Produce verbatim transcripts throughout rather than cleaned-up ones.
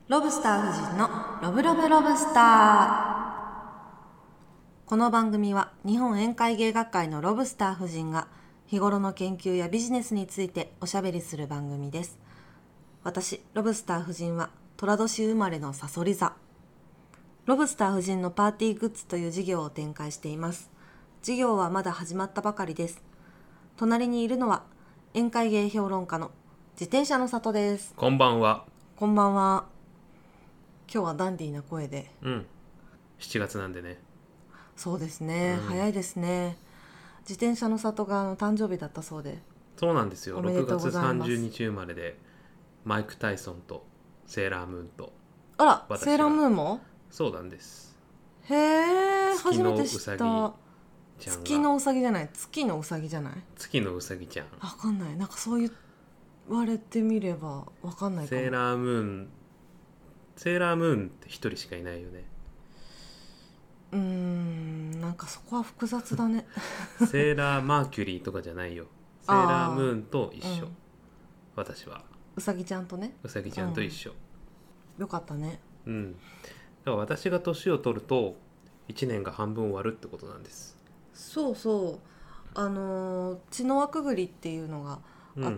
ロブスター夫人のロブロブロブスター。この番組は日本宴会芸学会のロブスター夫人が日頃の研究やビジネスについておしゃべりする番組です。私ロブスター夫人は寅年生まれのさそり座。ロブスター夫人のパーティーグッズという事業を展開しています。事業はまだ始まったばかりです。隣にいるのは宴会芸評論家の自転車の里です。 こんばんは。 こんばんは。今日はダンディーな声で。 うんしちがつなんでね。 そうですね、うん、早いですね。自転車の里があの誕生日だったそうで。 そうなんですよ。 おめでとうございます。 ろくがつさんじゅうにち生まれで、マイク・タイソンとセーラームーンと。 あら、セーラームーンも。 そうなんです。 へえ、 初めて知った。 月のうさぎじゃない、月のうさぎじゃない。 月のうさぎちゃん。 わかんない、なんかそう言われてみればわかんないかも。 セーラームーンセーラームーンって一人しかいないよね。 うーん、なんかそこは複雑だね。 セーラーマーキュリーとかじゃないよ。セーラームーンと一緒、うん、私はうさぎちゃんとね。 うさぎちゃんと一緒、 うん、よかったね。 うん。だから私が年を取るといちねんが半分終わるってことなんです。 そうそう、あのー、血の輪くぐりっていうのがあって、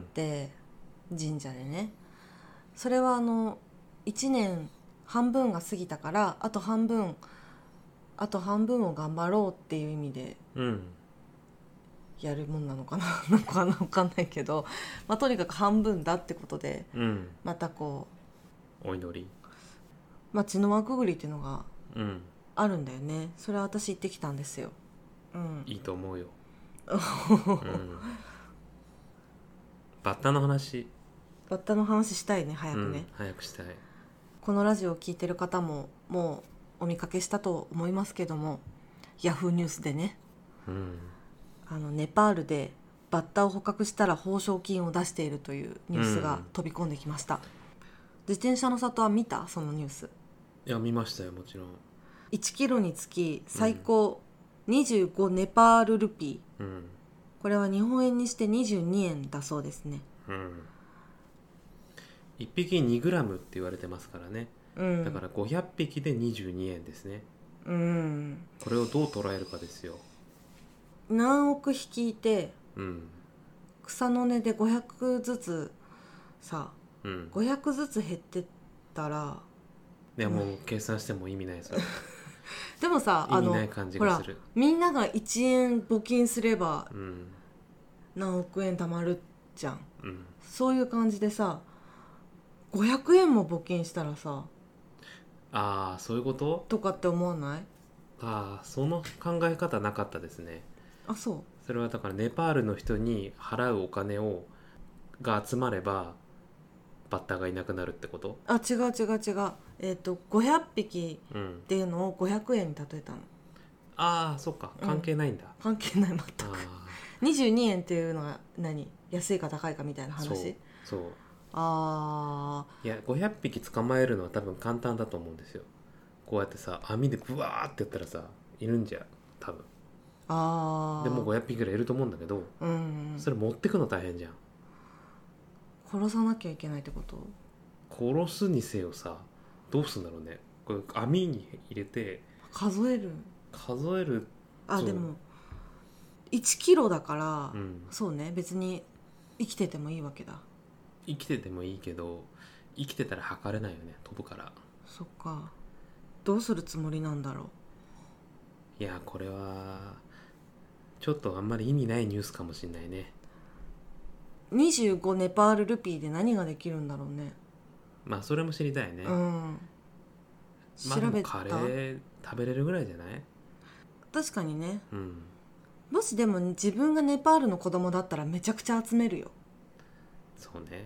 うん、神社でね。それはあのいちねん半分が過ぎたからあと半分あと半分を頑張ろうっていう意味でやるもんなのかな、うん、なんか分かんないけど、まあ、とにかく半分だってことで、うん、またこうお祈り、 まあ、血の輪くぐりっていうのがあるんだよね、うん、それは私行ってきたんですよ、 うん、いいと思うよ、うん、バッタの話バッタの話したいね、早くね、うん、 早くしたい。 このラジオを聞いてる方ももうお見かけしたと思いますけども、ヤフーニュースでね、うん、あのネパールでバッタを捕獲したら報奨金を出しているというニュースが飛び込んできました、うん、自転車の里は見た？そのニュース。 いや見ましたよ、もちろん。 いちキロにつき最高にじゅうごネパールルピー、うん、これは日本円にしてにじゅうにえんだそうですね、うん、 いっぴきにグラムって言われてますからね、うん、だからごひゃくぴきでにじゅうにえんですね、うん、これをどう捉えるかですよ。 何億匹いて、うん、草の根でごひゃくずつさ、うん、ごひゃくずつ減ってったら、 いやもう計算しても意味ないそれでもさ、 意味ない感じがする。 ほらみんながいちえん募金すれば何億円貯まるじゃん、うん、そういう感じでさごひゃくえんも募金したらさ、 ああそういうこととかって思わない？ ああその考え方なかったですね。 あ、そう。 それはだからネパールの人に払うお金をが集まればバッタがいなくなるってこと？ あ、違う違う違う、えーと、ごひゃくぴきっていうのをごひゃくえんに例えたの、うん、 ああそっか、関係ないんだ、 うん、関係ない、全くにじゅうにえんっていうのは何、安いか高いかみたいな話。 そうそう、 あいやごひゃくぴき捕まえるのは多分簡単だと思うんですよ。こうやってさ網でブワーってやったらさいるんじゃ多分。あでもごひゃくぴきぐらいいると思うんだけど、うん、それ持ってくの大変じゃん。 殺さなきゃいけないってこと？ 殺すにせよさどうするんだろうね。これ網に入れて数える数える。 あでもいちキロだから、うん、そうね、別に生きててもいいわけだ。 生きててもいいけど生きてたら測れないよね、飛ぶから。 そっか、どうするつもりなんだろう。いやこれはちょっとあんまり意味ないニュースかもしれないね。 にじゅうごネパールルピーで何ができるんだろうね。 まあそれも知りたいね、うん、まあでもカレー食べれるぐらいじゃない？ 確かにね、うん、もしでも自分がネパールの子供だったらめちゃくちゃ集めるよ。 そうね、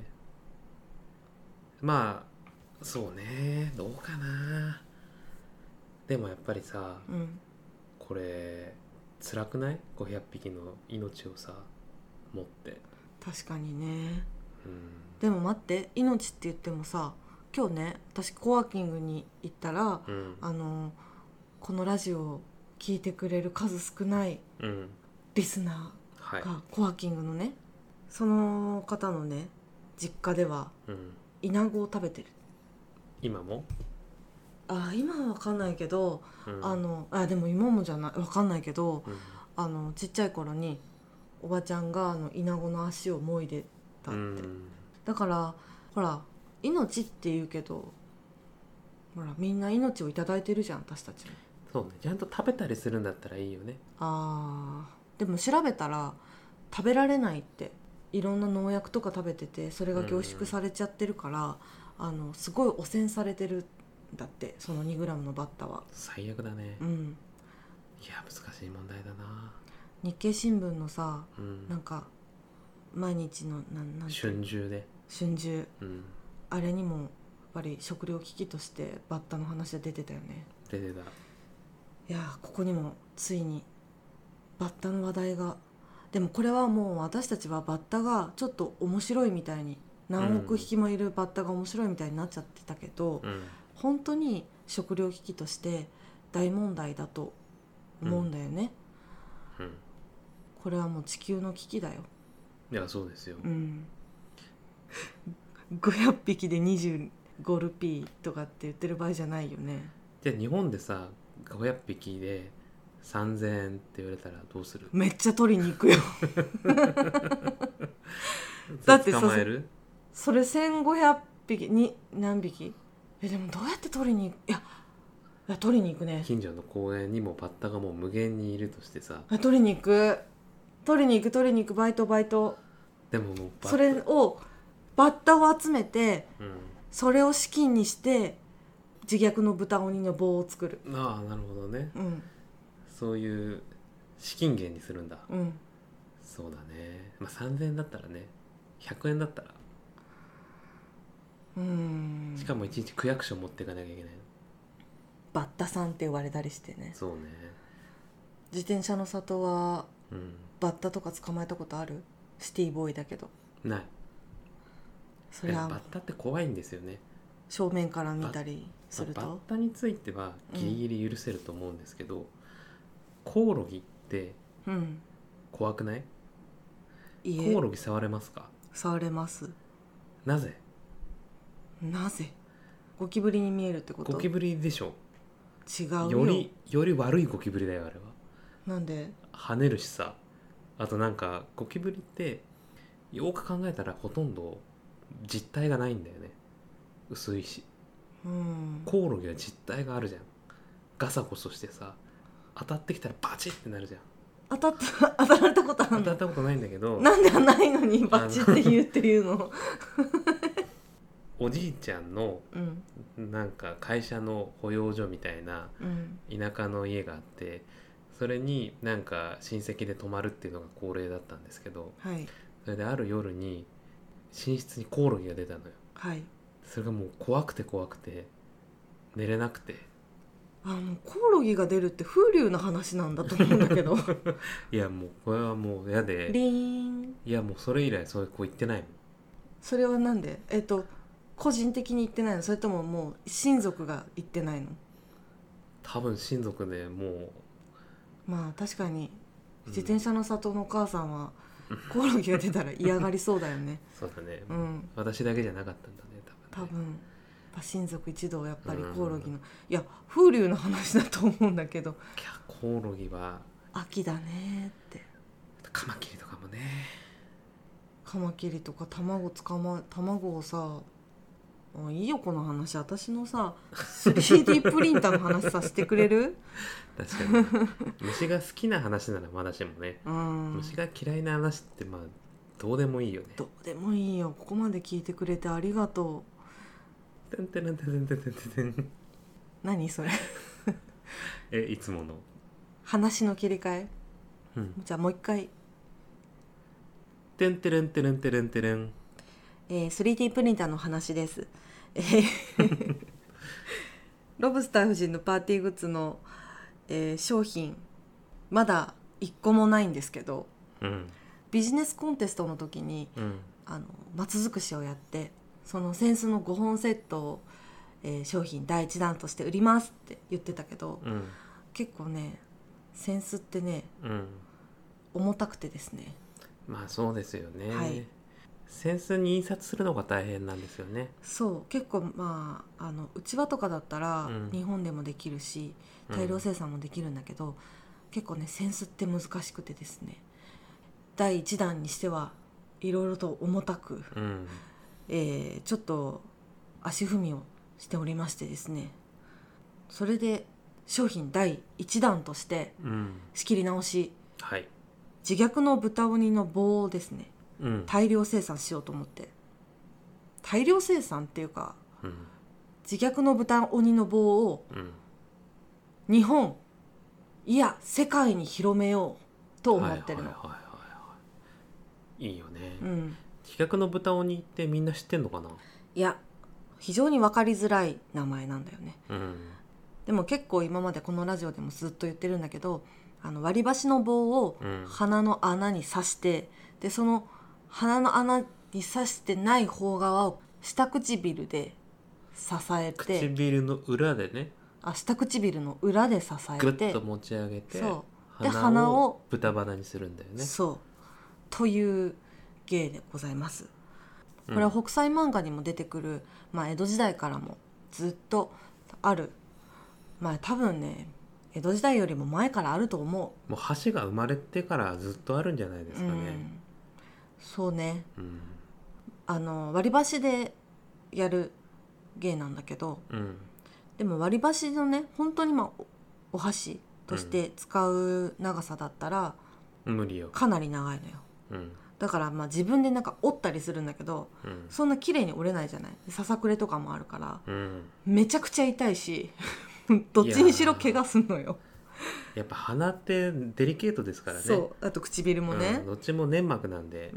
まあそうね、どうかな。でもやっぱりさ、うん、これ辛くない？ごひゃくぴきの命をさ持って。 確かにね、うん、でも待って、命って言ってもさ、今日ね私コワーキングに行ったら、うん、あのこのラジオを聞いてくれる数少ないリスナーがコワーキングのね、はい、その方のね実家では、うん、イナゴを食べてる。 今もあ今は分かんないけど、 うん、 あのあでも今もじゃない分かんないけど、 うん、 あのちっちゃい頃におばちゃんがあのイナゴの足をもいでたって、うん、だからほら命って言うけどほらみんな命をいただいてるじゃん私たちも。 そうね、ちゃんと食べたりするんだったらいいよね。 あでも調べたら食べられないって、いろんな農薬とか食べててそれが凝縮されちゃってるから、うん、あのすごい汚染されてるんだって、そのにグラムのバッタは。 最悪だね。 うん、 いや難しい問題だな。 日経新聞のさ、 うん、 なんか毎日のなんなんて春秋で春秋、 うん、 あれにもやっぱり食糧危機としてバッタの話は出てたよね。 出てた。 いやここにもついにバッタの話題が。でもこれはもう私たちはバッタがちょっと面白いみたいに、何億匹もいるバッタが面白いみたいになっちゃってたけど、うん、本当に食糧危機として大問題だと思うんだよね、うんうん、これはもう地球の危機だよ。 いやそうですよ、 うん、ごひゃくひきでにじゅうごルピーとかって言ってる場合じゃないよね。 じゃあ日本でさごひゃくひきでさんぜんえんって言われたらどうする？ めっちゃ取りに行くよだって捕まえる？ それせんごひゃくひきに何匹？えでもどうやって取りに行く？いや、いや取りに行くね。 近所の公園にもバッタがもう無限にいるとしてさ、 取りに行く取りに行く取りに行くバイトバイト。でももうバッタそれをバッタを集めて、うん、それを資金にして自虐の豚鬼の棒を作る。 ああなるほどね、うん、そういう資金源にするんだ、うん、そうだね、まあ、さんぜんえんだったらね、ひゃくえんだったら、うーん、しかもいちいち区役所持っていかなきゃいけない。 バッタさんって言われたりしてね。 そうね。 自転車の里は、うん、バッタとか捕まえたことある？シティボーイだけど。 ない。それはバッタって怖いんですよね。 正面から見たりすると。 バッタについてはギリギリ許せると思うんですけど、うん、コオロギって怖くない？うん、コオロギ触れますか？ 触れます。 なぜ？ なぜ？ゴキブリに見えるってこと？ ゴキブリでしょ。 違うよ。 よりより悪いゴキブリだよあれは。 なんで？ 跳ねるしさ。あとなんかゴキブリってよく考えたらほとんど実体がないんだよね。薄いし。うん。コオロギは実体があるじゃん。ガサゴソしてさ、当たってきたらバチってなるじゃん。 当たった当たられたことあるの？ 当たったことないんだけど。 なんではないのにバチって言うっていうの。 おじいちゃんの、うん、なんか会社の保養所みたいな田舎の家があって、それになんか親戚で泊まるっていうのが恒例だったんですけど、はい、それである夜に寝室にコオロギが出たのよ、はい、それがもう怖くて怖くて寝れなくて、 あのコオロギが出るって風流な話なんだと思うんだけどいやもうこれはもう嫌で、 リーン、 いやもうそれ以来そういう子行ってないもん。 それはなんで？えっと個人的に行ってないの？それとももう親族が行ってないの？ 多分親族でもう、 まあ確かに自転車の里のお母さんは、うん、コオロギが出たら嫌がりそうだよね。 そうだね、うん、私だけじゃなかったんだね多分ね。多分親族一同やっぱりコオロギの、うん、いや風流の話だと思うんだけど、いやコオロギは秋だねって。 カマキリとかもね、 カマキリとか卵つかま卵をさ、もういいよこの話、私のさ スリーディー プリンターの話させてくれる？ 確かに虫が好きな話ならまだしもね、うん、虫が嫌いな話ってまあどうでもいいよね。 どうでもいいよ。ここまで聞いてくれてありがとう。てんてんてんてんてんてんてん。何それえいつもの話の切り替え、うん、じゃあもう一回。 てんてれんてれんてれんてれん、 えー、スリーディー プリンターの話です。えーロブスター夫人のパーティーグッズの、えー、商品まだいっこもないんですけど、うん、ビジネスコンテストの時に、うん、あの松尽くしをやって、その扇子のごほんセットを、えー、商品だいいちだんとして売りますって言ってたけど、うん、結構ね扇子ってね、うん、重たくてですね。 まあそうですよね、 はい、 扇子に印刷するのが大変なんですよね。 そう結構まああのうちわとかだったら日本でもできるし、うん、大量生産もできるんだけど、うん、結構ね扇子って難しくてですね、だいいちだんにしてはいろいろと重たく、うん、えー、ちょっと足踏みをしておりましてですね、それで商品だいいちだんとして仕切り直し、 うん、はい、 自虐の豚鬼の棒をですね、うん、大量生産しようと思って、大量生産っていうか、うん、自虐の豚鬼の棒を日本、いや世界に広めようと思ってるの。はいはいはいはい、 いいよね、うん、自虐の豚鬼ってみんな知ってんのかな。 いや非常に分かりづらい名前なんだよね、うん、でも結構今までこのラジオでもずっと言ってるんだけど、あの割り箸の棒を鼻の穴に刺して、うん、でその鼻の穴に刺してない方側を下唇で支えて、 唇の裏でね、 あ下唇の裏で支えてグッと持ち上げて、 そうで鼻を豚鼻にするんだよね。 そうという芸でございます。これは北斎漫画にも出てくる、まあ、江戸時代からもずっとある、まあ多分ね江戸時代よりも前からあると思う。もう箸が生まれてからずっとあるんじゃないですかね、うん、 そうね、うん、あの割り箸でやる芸なんだけど、うん、でも割り箸のね本当にまあお箸として使う長さだったら、 うん、無理よ、 かなり長いのよ、うん、だからまあ自分でなんか折ったりするんだけど、うん、そんな綺麗に折れないじゃない。ささくれとかもあるから、うん、めちゃくちゃ痛いしどっちにしろ怪我すんのよ。 やっぱ鼻ってデリケートですからね。 そうあと唇もね、 うん、どっちも粘膜なんで、うん、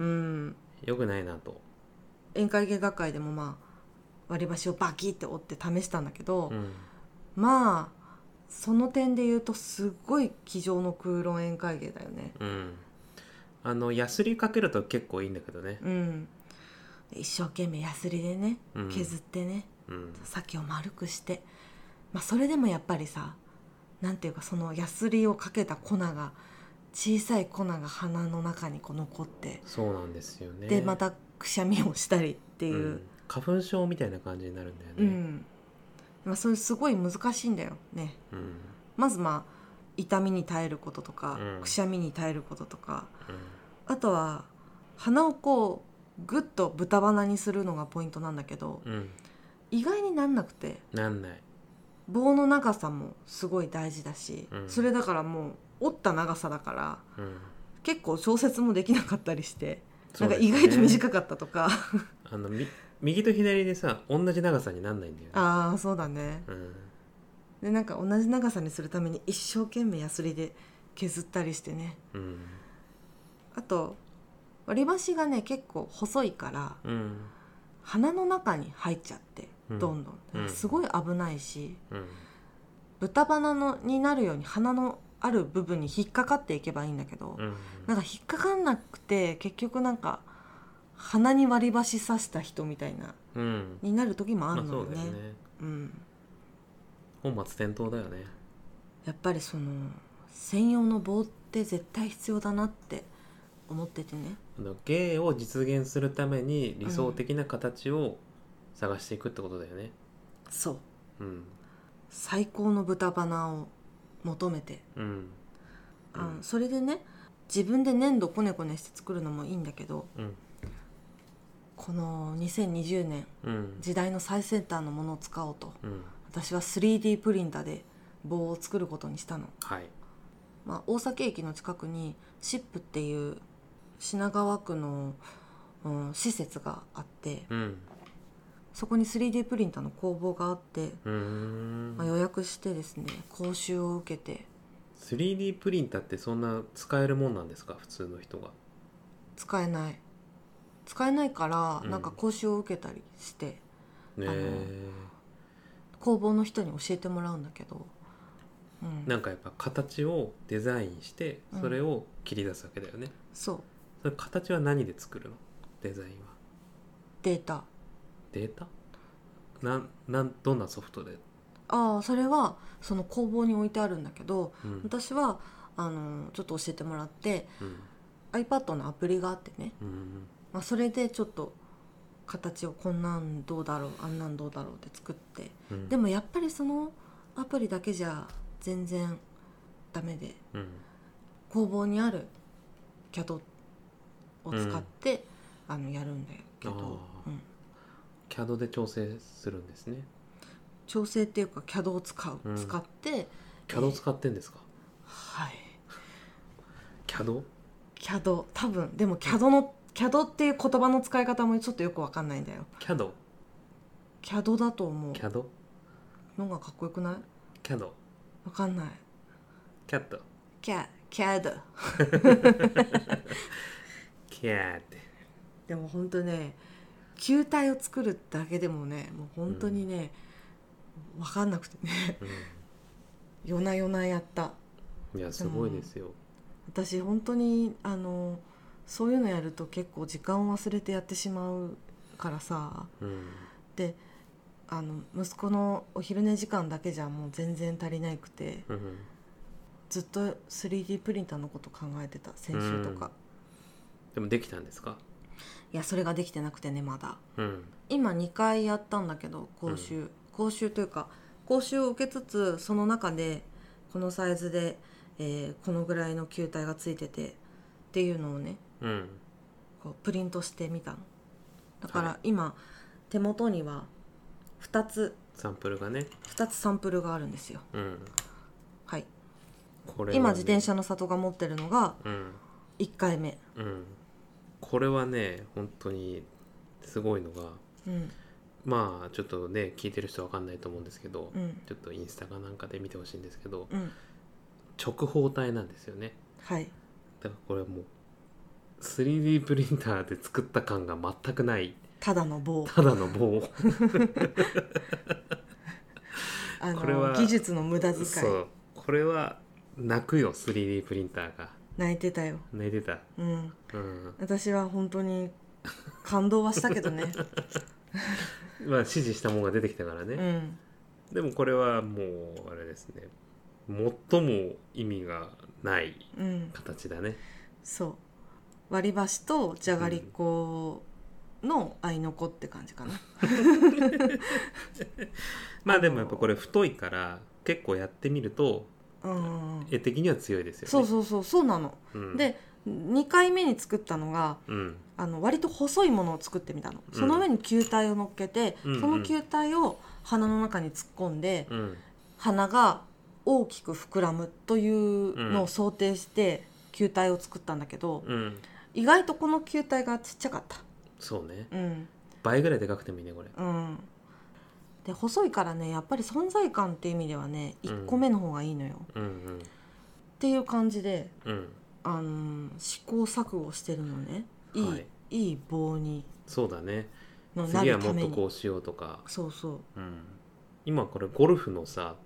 よくないなと。 宴会芸学会でもまあ割り箸をバキって折って試したんだけど、うん、まあその点で言うとすごい机上の空論宴会芸だよね、うん、 あのヤスリかけると結構いいんだけどね、うん、 一生懸命ヤスリでね削ってね、うん、先を丸くして、まあ、それでもやっぱりさなんていうかそのヤスリをかけた粉が小さい粉が鼻の中にこう残って、 そうなんですよね。 でまたくしゃみをしたりっていう、うん、 花粉症みたいな感じになるんだよね、 うんまあ、それすごい難しいんだよね、うん、まずまあ痛みに耐えることとか、うん、くしゃみに耐えることとか、うん、あとは鼻をこうグッと豚鼻にするのがポイントなんだけど、うん、意外になんなくて、 なんない。 棒の長さもすごい大事だし、うん、それだからもう折った長さだから、うん、結構調節もできなかったりして、なんか意外と短かったとかあのみ右と左でさ同じ長さになんないんだよね。 ああそうだね、うん、でなんか同じ長さにするために一生懸命ヤスリで削ったりしてね、うん、あと割り箸がね結構細いから、うん、鼻の中に入っちゃってどんどん、うん、すごい危ないし、うん、豚鼻のになるように鼻のある部分に引っかかっていけばいいんだけど、うん、なんか引っかかんなくて結局なんか鼻に割り箸刺した人みたいな、うん、になる時もあるのよね。まあ、そうだよね、うん、 本末転倒だよね。 やっぱりその専用の棒って絶対必要だなって思っててね。 芸を実現するために理想的な形を探していくってことだよね、 うん、そう、うん、最高の豚鼻を求めて、うんうん、あそれでね自分で粘土こねこねして作るのもいいんだけど、うん、このにせんにじゅうねん、うん、時代の最先端のものを使おうと、うん、私は スリーディー プリンターで棒を作ることにしたの、はいまあ、大崎駅の近くにシップっていう品川区の、うん、施設があって、うん、そこに スリーディー プリンターの工房があって、うーん、まあ、予約してですね講習を受けて。 スリーディー プリンターってそんな使えるもんなんですか、普通の人が。 使えない使えないから、うん、なんか講習を受けたりして、あの工房の人に教えてもらうんだけど、 うん、なんかやっぱ形をデザインしてそれを切り出すわけだよね、うん、 そうそれ形は何で作るの？デザインはデータデータなんなんどんなソフトで？ ああそれはその工房に置いてあるんだけど、うん、私はあのちょっと教えてもらって、うん、iPad のアプリがあってね、うんまあ、それでちょっと形をこんなんどうだろうあんなんどうだろうって作って、うん、でもやっぱりそのアプリだけじゃ全然ダメで、うん、工房にある キャド を使って、うん、あのやるんだけど、うん、 キャド で調整するんですね。 調整っていうか キャド を使う、うん、使ってキャド 使ってんですか？ はい。 キャド？ キャド 多分でも キャド の、うん、キャド っていう言葉の使い方もちょっとよく分かんないんだよ。 キャド？ キャド だと思う。 キャド？ のがかっこよくない？ キャド？ 分かんない。 キャット？ キャキャドキャット。 でも本当ね球体を作るだけでもねもう本当にね、うん、分かんなくてね、うん、夜な夜なやった。 いやすごいですよ。 私本当にあのそういうのやると結構時間を忘れてやってしまうからさ、うん、であの息子のお昼寝時間だけじゃもう全然足りなくて、うん、ずっと スリーディー プリンターのこと考えてた先週とか、うん、 でもできたんですか？ いやそれができてなくてねまだ、 うん、 今にかいやったんだけど講習、うん、講習というか講習を受けつつその中でこのサイズで、えー、このぐらいの球体がついててっていうのをね、 うん、 こうプリントしてみたのだから今、はい、手元にはふたつサンプルがねふたつサンプルがあるんですよ、 うん、 はいこれはね、 今自転車の里が持ってるのがいっかいめ、 うんうん、これはね本当にすごいのが、うん、まあちょっとね聞いてる人は分かんないと思うんですけど、うん、ちょっとインスタかなんかで見てほしいんですけど、うん、直方体なんですよね。 はい。 だからこれもう スリーディー プリンターで作った感が全くないただの棒ただの棒あのこれは技術の無駄遣い。 そうこれは泣くよ スリーディー プリンターが。 泣いてたよ。 泣いてた、 うん、うん、私は本当に感動はしたけどねまあ指示したものが出てきたからね、うん、でもこれはもうあれですね最も意味がない形だね、うん、 そう割り箸とじゃがりこの合いの子って感じかな、うん、 まあでもやっぱこれ太いから結構やってみると絵的には強いですよね。 そうそうそうそうなの、うん、でにかいめに作ったのが、うん、あの割と細いものを作ってみたの、うん、その上に球体を乗っけて、うん、その球体を鼻の中に突っ込んで、うん、鼻が大きく膨らむというのを想定して球体を作ったんだけど、うん、意外とこの球体がちっちゃかった。 そうね、 うん、 倍ぐらいでかくてもいいねこれ、 うん、で細いからねやっぱり存在感っていう意味ではねいっこめの方がいいのよ、うんうんうん、っていう感じで、うん、あの試行錯誤してるのねいい、はい、いい棒にそうだね次はもっとこうしようとかそうそう、 うん、今これゴルフのさ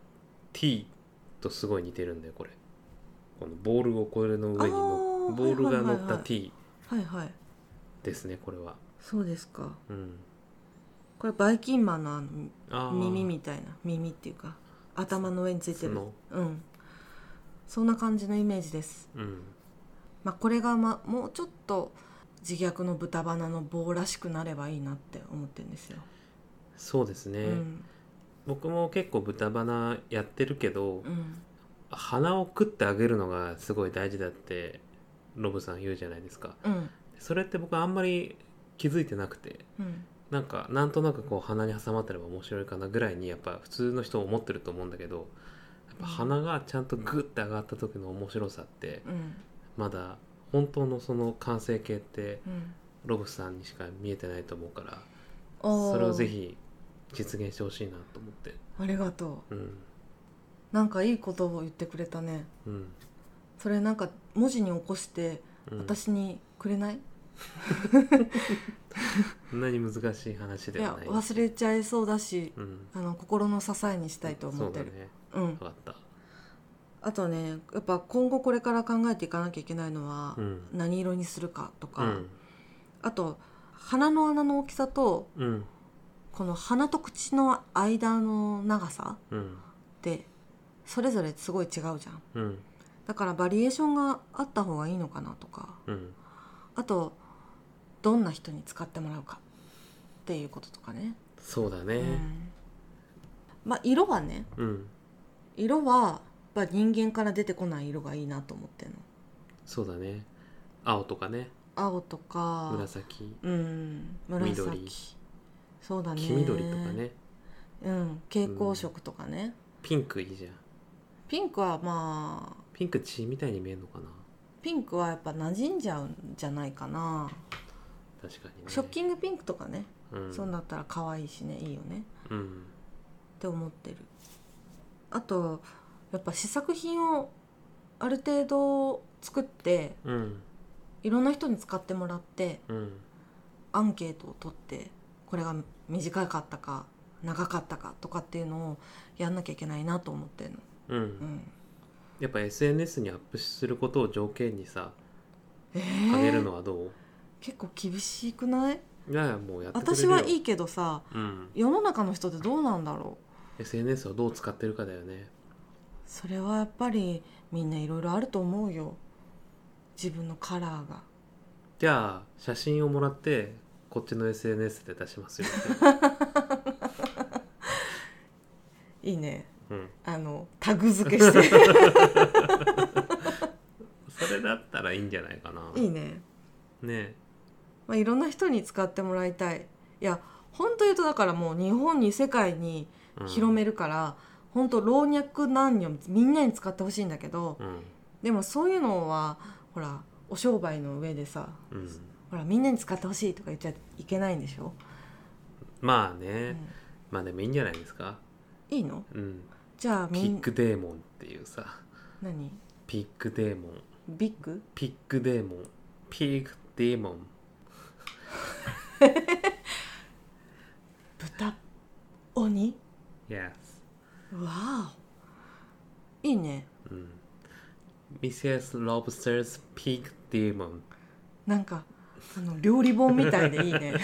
T とすごい似てるんだよこれこのボールをこれの上にのボールが乗った T ですねこれは。 そうですか、うん、これバイキンマンのあの耳みたいな耳っていうか頭の上についてるうん、そんな感じのイメージです、うんまあ、これが、ま、もうちょっと自虐の豚鼻の棒らしくなればいいなって思ってるんですよ。 そうですね、うん、僕も結構豚鼻やってるけど、うん、鼻を食ってあげるのがすごい大事だってロブさん言うじゃないですか、うん、それって僕あんまり気づいてなくて、うん、なんかなんとなくこう鼻に挟まってれば面白いかなぐらいにやっぱ普通の人思ってると思うんだけどやっぱ鼻がちゃんとグッて上がった時の面白さって、うん、まだ本当のその完成形ってロブさんにしか見えてないと思うから、うん、それをぜひ実現してほしいなと思って。 ありがとう、うん、なんかいいことを言ってくれたね、うん、それなんか文字に起こして私にくれない、うんそんなに難しい話ではない。 いや忘れちゃいそうだし、うん、あの心の支えにしたいと思ってる。 そうだね、うん、分かった。 あとねやっぱ今後これから考えていかなきゃいけないのは、うん、何色にするかとか、うん、あと鼻の穴の大きさと、うん、この鼻と口の間の長さってそれぞれすごい違うじゃん、うん、だからバリエーションがあった方がいいのかなとか、うん、あとどんな人に使ってもらうかっていうこととかね。 そうだね、うん、 まあ色はね、 うん、 色はやっぱ人間から出てこない色がいいなと思ってるの。 そうだね。青とかね。 青とか紫、 うん、紫、緑、そうだね、 黄緑とかね、 うん、蛍光色とかね、うん、 ピンクいいじゃん。 ピンクはまあピンク血みたいに見えるのかな。 ピンクはやっぱ馴染んじゃうんじゃないかな。 確かにね。 ショッキングピンクとかね、 うん、 そうなったら可愛いしね、いいよね、 うん、 って思ってる。あとやっぱ試作品をある程度作って、 うん、 いろんな人に使ってもらって、 うん、 アンケートを取ってこれが短かったか長かったかとかっていうのをやんなきゃいけないなと思ってるの、 うんうん、やっぱ エスエヌエス にアップすることを条件にさ、えー、上げるのはどう？ 結構厳しくない？ いやいやもうやってくれるよ。 私はいいけどさ、 うん、 世の中の人ってどうなんだろう。 エスエヌエス をどう使ってるかだよね。 それはやっぱりみんないろいろあると思うよ、自分のカラーが。 じゃあ写真をもらってこっちの エスエヌエス で出しますよいいね、 うん、 あのタグ付けしてそれだったらいいんじゃないかな。 いいね。 ね、 まあ、いろんな人に使ってもらいたい。いや本当言うとだからもう日本に世界に広めるから、うん、本当老若男女みんなに使ってほしいんだけど、うん、でもそういうのはほらお商売の上でさ、うん、ほらみんなに使ってほしいとか言っちゃいけないんでしょ。 まあね、うん、まあでもいいんじゃないですか。 いいの？ うん。 じゃあピッグデーモンっていうさ。 何？ ピッグデーモン。 ビッグ？ ピッグデーモン。ピッグデーモン。 豚鬼？ Yes。 わお。いいね。 うん。ミセス Lobster's Pig Demon。 なんかあの料理本みたいでいいね。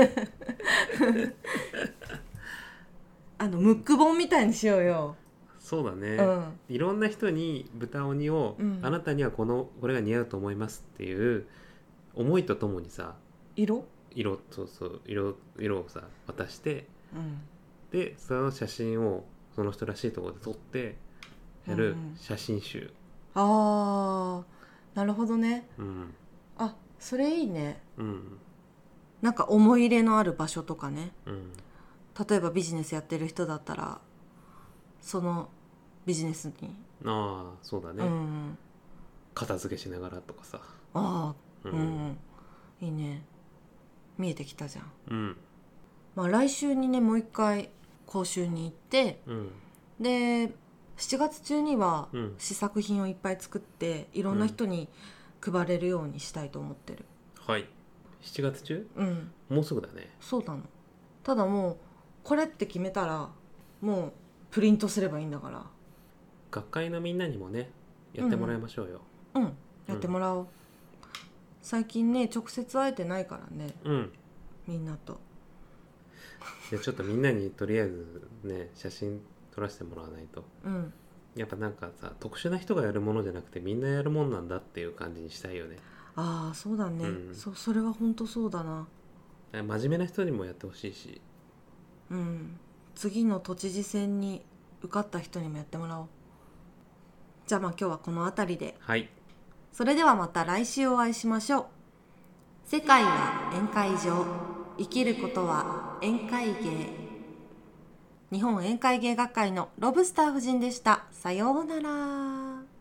あのムック本みたいにしようよ。 そうだね、 うん、 いろんな人に豚鬼を、うん、あなたにはこのこれが似合うと思いますっていう思いとともにさ、 色色そうそう色色をさ渡して、 うん、 でその写真をその人らしいところで撮ってやる写真集、うんうん、 あーなるほどね、 うん、 あそれいいね、 うん、 なんか思い入れのある場所とかね、 うん、 例えばビジネスやってる人だったらそのビジネスにああそうだね、うん、片付けしながらとかさああうん、うん、いいね見えてきたじゃん、 うんまあ、来週にねもう一回講習に行って、 うん、 でしちがつ中には試作品をいっぱい作っていろんな人に配れるようにしたいと思ってる、 うん、はいしちがつ中？ うんもうすぐだね。そうなの。ただもうこれって決めたらもうプリントすればいいんだから。 学会のみんなにもねやってもらいましょうよ。 うん、うん、やってもらおう、うん、最近ね直接会えてないからね、 うん、 みんなと。 でちょっとみんなにとりあえずね写真撮らせてもらわないと、 うん、 やっぱなんかさ特殊な人がやるものじゃなくてみんなやるもんなんだっていう感じにしたいよね。 ああそうだね、うん、そ, それは本当そうだな。 真面目な人にもやってほしいし、 うん、次の都知事選に受かった人にもやってもらおう。じゃあまあ今日はこの辺りで、 はい、 それではまた来週お会いしましょう。世界は宴会場、生きることは宴会芸。日本宴会芸学会のロブスター夫人でした。さようなら。